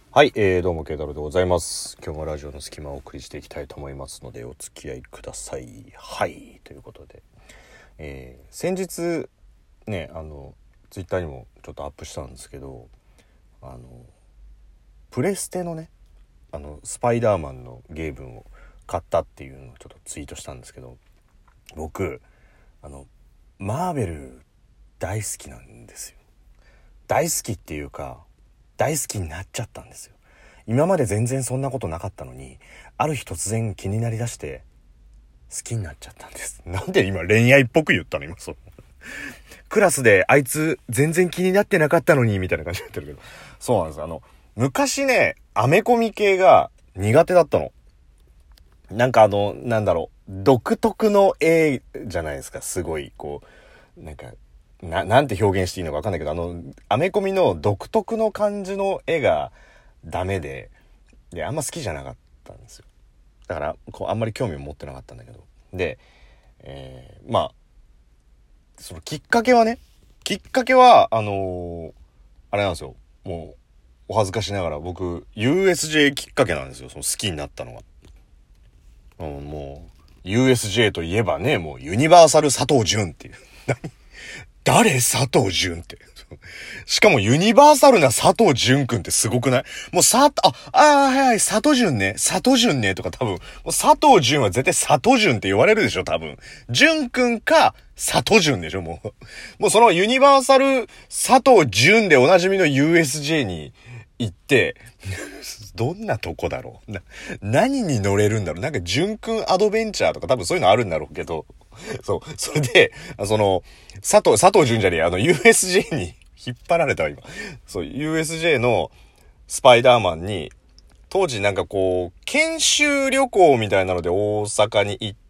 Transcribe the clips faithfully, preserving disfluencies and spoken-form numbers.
はい、えー、どうも慶太郎でございます。今日もラジオの隙間をお送りしていきたいと思いますのでお付き合いください。はい、ということで、えー、先日ね、あのツイッターにもちょっとアップしたんですけど、あのプレステのね、あのスパイダーマンのゲームを買ったっていうのをちょっとツイートしたんですけど、僕あのマーベル大好きなんですよ。大好きっていうか大好きになっちゃったんですよ。今まで全然そんなことなかったのに、ある日突然気になりだして好きになっちゃったんです。なんで今恋愛っぽく言ったの今そうクラスであいつ全然気になってなかったのにみたいな感じになってるけど、そうなんです。あの昔ね、アメコミ系が苦手だったの。なんかあのなんだろう、独特の絵じゃないですか。すごいこうなんかななんて表現していいのか分かんないけど、あのアメコミの独特の感じの絵がダメで、であんま好きじゃなかったんですよ。だからこうあんまり興味を持ってなかったんだけど、で、えー、まあそのきっかけはね、きっかけはあのー、あれなんですよ。もうお恥ずかしながら僕 ユーエスジェー きっかけなんですよ。その好きになったのが、うん、もう ユーエスジェー といえばね、もうユニバーサル佐藤潤っていう何誰佐藤潤って。しかもユニバーサルな佐藤潤くんってすごくない？もうさ、あ、あーはいはい、佐藤潤ね、佐藤潤ね、とか多分、もう佐藤潤は絶対佐藤潤って言われるでしょ、多分。潤くんか、佐藤潤でしょ、もう。もうそのユニバーサル佐藤潤でおなじみの ユーエスジェー に行って、どんなとこだろうな、何に乗れるんだろう、なんか潤くんアドベンチャーとか多分そういうのあるんだろうけど、そう、それで、その、佐藤、佐藤潤じゃねえ、あの ユーエスジェー に引っ張られたわ、今。そう、ユーエスジェー のスパイダーマンに、当時なんかこう、研修旅行みたいなので大阪に行った、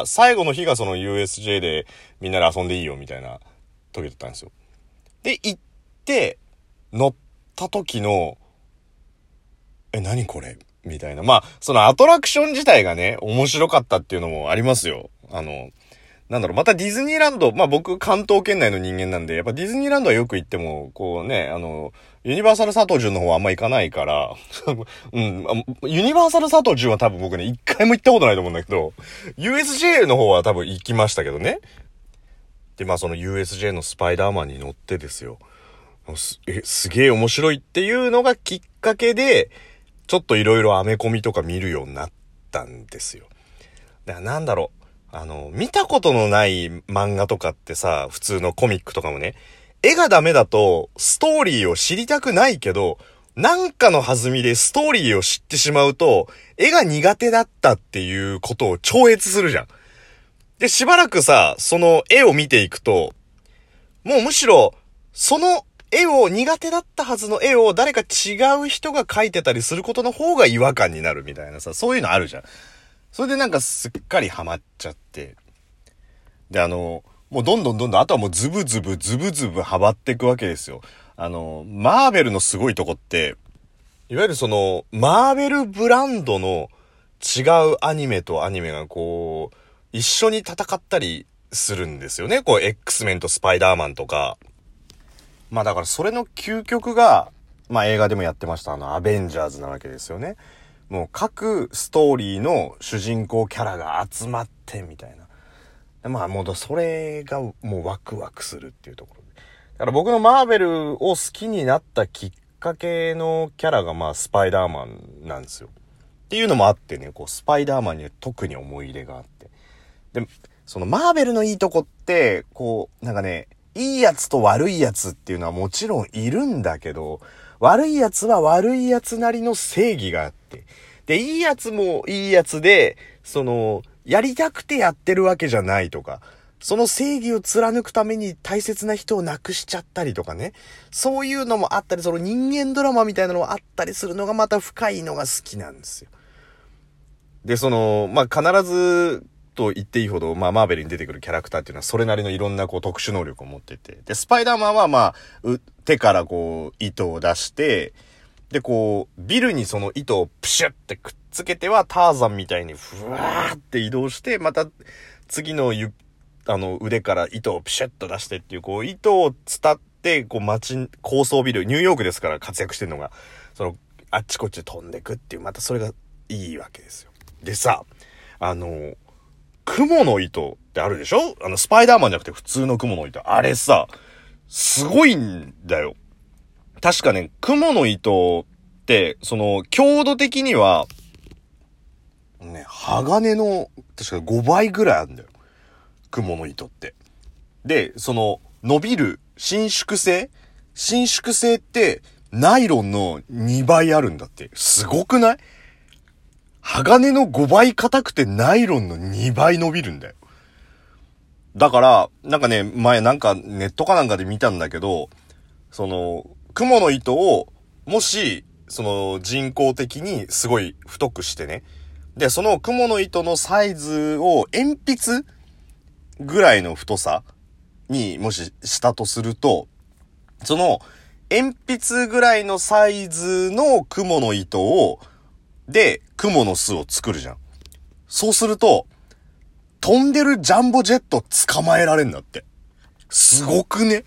最後の日がその ユーエスジェー でみんなで遊んでいいよみたいな時だったんですよ。で、行って、乗った時の、え、何これみたいな。まあ、そのアトラクション自体がね、面白かったっていうのもありますよ。あの、なんだろう、またディズニーランド、まあ僕関東圏内の人間なんで、やっぱディズニーランドはよく行っても、こうね、あの、ユニバーサル佐藤潤の方はあんま行かないから、うん、ユニバーサル佐藤潤は多分僕ね、一回も行ったことないと思うんだけど、ユーエスジェー の方は多分行きましたけどね。で、まあその ユーエスジェー のスパイダーマンに乗ってですよ。す、え、すげえ面白いっていうのがきっかけで、ちょっといろいろアメコミとか見るようになったんですよ。だからなんだろう。あの、見たことのない漫画とかってさ、普通のコミックとかもね、絵がダメだとストーリーを知りたくないけど、なんかの弾みでストーリーを知ってしまうと、絵が苦手だったっていうことを超越するじゃん。で、しばらくさ、その絵を見ていくと、もうむしろ、その絵を苦手だったはずの絵を誰か違う人が描いてたりすることの方が違和感になるみたいなさ、そういうのあるじゃん。それでなんかすっかりハマっちゃって。で、あの、もうどんどんどんどん、あとはもうズブズブズブズブハマっていくわけですよ。あの、マーベルのすごいとこって、いわゆるその、マーベルブランドの違うアニメとアニメがこう、一緒に戦ったりするんですよね。こう、X メンとスパイダーマンとか。まあだからそれの究極が、まあ映画でもやってましたあの、アベンジャーズなわけですよね。もう各ストーリーの主人公キャラが集まってみたいな。まあもうそれがもうワクワクするっていうところで。だから僕のマーベルを好きになったきっかけのキャラがまあスパイダーマンなんですよ。っていうのもあってね、こうスパイダーマンに特に思い入れがあって。で、そのマーベルのいいとこって、こう、なんかね、いいやつと悪いやつっていうのはもちろんいるんだけど、悪いやつは悪いやつなりの正義があって。で、いいやつもいいやつで、その、やりたくてやってるわけじゃないとか、その正義を貫くために大切な人を亡くしちゃったりとかね。そういうのもあったり、その人間ドラマみたいなのがあったりするのがまた深いのが好きなんですよ。で、その、まあ、必ず、と言っていいほど、まあ、マーベルに出てくるキャラクターっていうのはそれなりのいろんなこう特殊能力を持ってて。で、スパイダーマンはまあ、手からこう、糸を出して、で、こう、ビルにその糸をプシュってくっつけては、ターザンみたいにふわーって移動して、また、次のゆ、あの、腕から糸をプシュッと出してっていう、こう、糸を伝って、こう、街、高層ビル、ニューヨークですから活躍してるのが、その、 あっちこっち飛んでくっていう、またそれがいいわけですよ。でさ、あの、雲の糸ってあるでしょ？あの、スパイダーマンじゃなくて普通の雲の糸。あれさ、すごいんだよ。確かね、雲の糸って、その、強度的には、ね、鋼の、確かごばいぐらいあるんだよ。雲の糸って。で、その、伸びる、伸縮性伸縮性って、ナイロンのにばいあるんだって。すごくない？鋼のごばい硬くてナイロンのにばい伸びるんだよ。だから、なんかね、前なんかネットかなんかで見たんだけど、その、雲の糸を、もし、その人工的にすごい太くしてね。で、その雲の糸のサイズを鉛筆ぐらいの太さにもししたとすると、その鉛筆ぐらいのサイズの雲の糸を、で、雲の巣を作るじゃん。そうすると、飛んでるジャンボジェット捕まえられんだって。すごくね？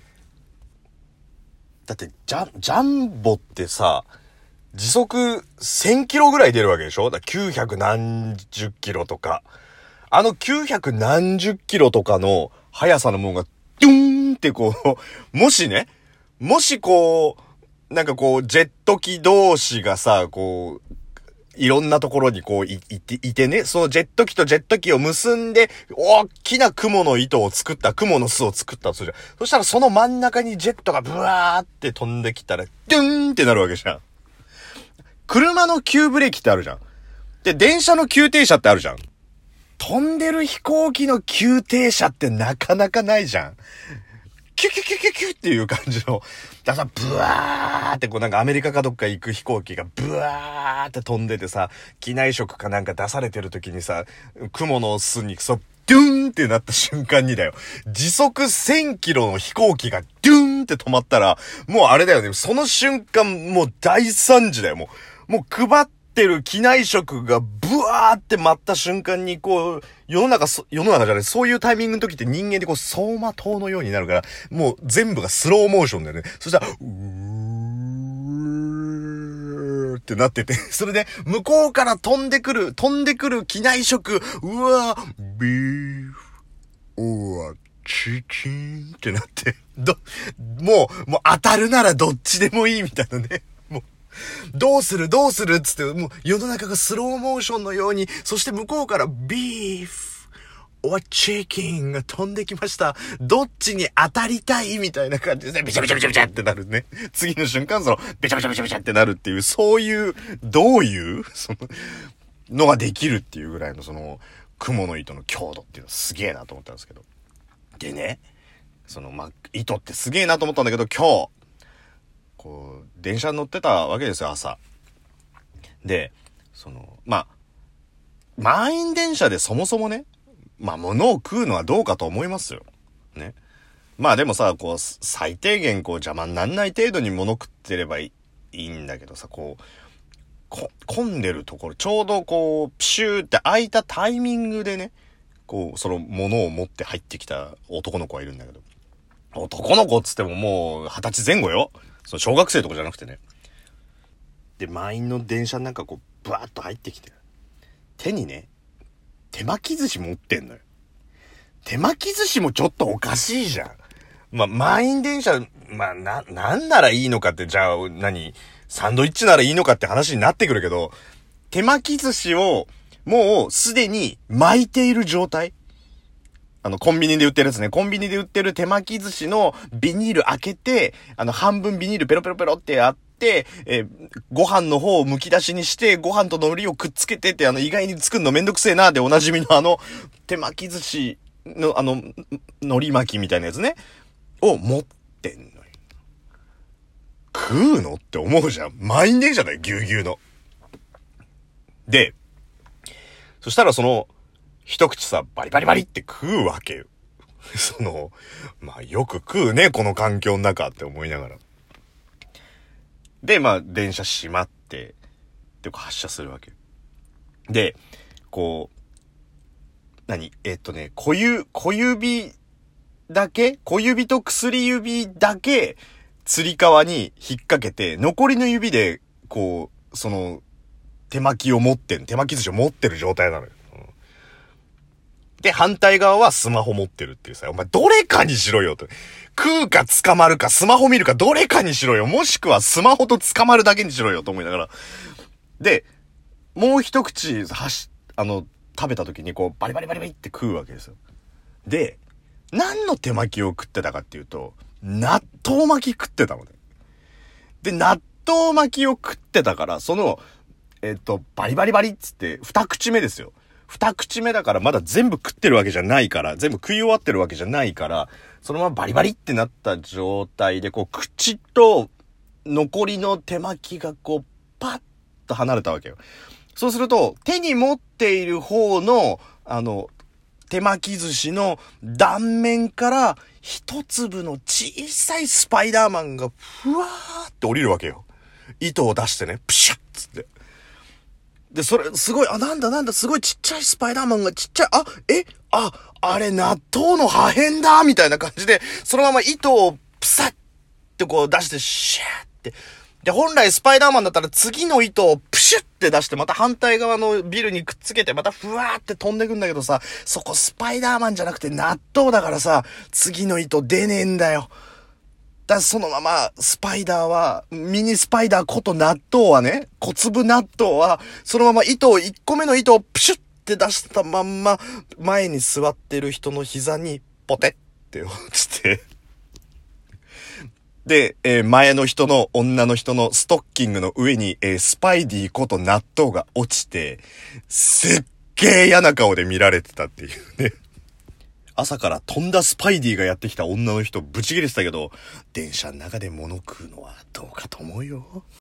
だって、ジャン、ジャンボってさ、時速せんキロぐらい出るわけでしょ？だからきゅうひゃくなんじゅっキロとか。あのきゅうひゃくなんじゅっキロとかの速さのものが、ドゥーンってこう、もしね、もしこう、なんかこう、ジェット機同士がさ、こう、いろんなところにこうい、いて、いてね、そのジェット機とジェット機を結んで、大きな雲の糸を作った、雲の巣を作ったとするじゃん。そしたらその真ん中にジェットがブワーって飛んできたら、ドゥーンってなるわけじゃん。車の急ブレーキってあるじゃん。で、電車の急停車ってあるじゃん。飛んでる飛行機の急停車ってなかなかないじゃん。キュキュキュキュキュっていう感じの。だからさ、ブワーってこうなんかアメリカかどっか行く飛行機がブワーって飛んでてさ、機内食かなんか出されてる時にさ、雲の巣にそう、ドゥーンってなった瞬間にだよ。時速せんキロの飛行機がドゥーンって止まったら、もうあれだよね。その瞬間もう大惨事だよ。もう、もう配ってる機内食がブワーって舞った瞬間にこう、世の中、世の中じゃない、そういうタイミングの時って人間でこう走馬灯のようになるから、もう全部がスローモーションだよね。そしたら、うーってなってて、それで向こうから飛んでくる、飛んでくる機内食、うわー、ビーフ、オア、チキンってなって、ど、もう、もう当たるならどっちでもいいみたいなね。もうどうするどうするっつって、もう世の中がスローモーションのように、そして向こうからビーフ、オアチキンが飛んできました。どっちに当たりたいみたいな感じで、ビチャビチャビチャビチャってなるね。次の瞬間その、ビチャビチャビチャビチャってなるっていう、そういう、どういう、その、のができるっていうぐらいのその、雲の糸の強度っていうのすげえなと思ったんですけど。でね、その、ま、糸ってすげえなと思ったんだけど、今日、こう、電車に乗ってたわけですよ、朝。で、その、まあ、満員電車でそもそもね、まあ、物を食うのはどうかと思いますよ。ね。まあでもさ、こう、最低限こう邪魔になんない程度に物食ってればいい、いいんだけどさ、こう、こ、混んでるところ、ちょうどこう、プシューって開いたタイミングでね、こう、その物を持って入ってきた男の子がいるんだけど、男の子っつってももう二十歳前後よ。その小学生とかじゃなくてね。で、満員の電車なんかこう、ブワーッと入ってきて、手にね、手巻き寿司持ってんのよ。手巻き寿司もちょっとおかしいじゃん。まあ、満員電車、まあ、な、なんならいいのかって、じゃあ、何、サンドイッチならいいのかって話になってくるけど、手巻き寿司を、もうすでに巻いている状態。あの、コンビニで売ってるやつね。コンビニで売ってる手巻き寿司のビニール開けて、あの、半分ビニールペロペロペロってやって、えー、ご飯の方を剥き出しにして、ご飯と海苔をくっつけてって、あの、意外に作るのめんどくせえな、でおなじみのあの、手巻き寿司の、あの、海苔巻きみたいなやつね。を持ってんのよ。食うのって思うじゃん。満員電車だよ、ぎゅうぎゅうの。で、そしたらその、一口さ、バリバリバリって食うわけよ。その、まあよく食うね、この環境の中って思いながら。で、まあ電車閉まって、で、発車するわけよ。で、こう、何えっとね、小指、小指だけ小指と薬指だけ、つり革に引っ掛けて、残りの指でこう、その、手巻きを持ってん、手巻き寿司を持ってる状態なのよ。うん、で、反対側はスマホ持ってるっていうさ、お前どれかにしろよと。食うか捕まるかスマホ見るかどれかにしろよ。もしくはスマホと捕まるだけにしろよと思いながら。で、もう一口、はし、あの、食べた時にこう、バリバリバリバリって食うわけですよ。で、何の手巻きを食ってたかっていうと、納豆巻き食ってたのね。で、納豆巻きを食ってたから、その、えっと、バリバリバリっつって、二口目ですよ。二口目だからまだ全部食ってるわけじゃないから、全部食い終わってるわけじゃないから、そのままバリバリってなった状態で、こう、口と残りの手巻きがこう、パッと離れたわけよ。そうすると、手に持っている方の、あの、手巻き寿司の断面から一粒の小さいスパイダーマンがふわーって降りるわけよ。糸を出してね、プシュッつって。で、それ、すごい、あ、なんだなんだ、すごいちっちゃいスパイダーマンがちっちゃい、あ、え、あ、あれ納豆の破片だみたいな感じで、そのまま糸をプサッってこう出して、シャーって。で、本来スパイダーマンだったら次の糸をプシュって出して、また反対側のビルにくっつけて、またふわーって飛んでくんだけどさ、そこスパイダーマンじゃなくて納豆だからさ、次の糸出ねえんだよ。だそのまま、スパイダーは、ミニスパイダーこと納豆はね、小粒納豆は、そのまま糸を、いっこめの糸をプシュって出したまんま、前に座ってる人の膝に、ポテって落ちて、で、えー、前の人の、女の人のストッキングの上に、えー、スパイディこと納豆が落ちて、すっげー嫌な顔で見られてたっていうね。朝から飛んだスパイディがやってきた女の人ブチ切れてたけど、電車の中で物食うのはどうかと思うよ。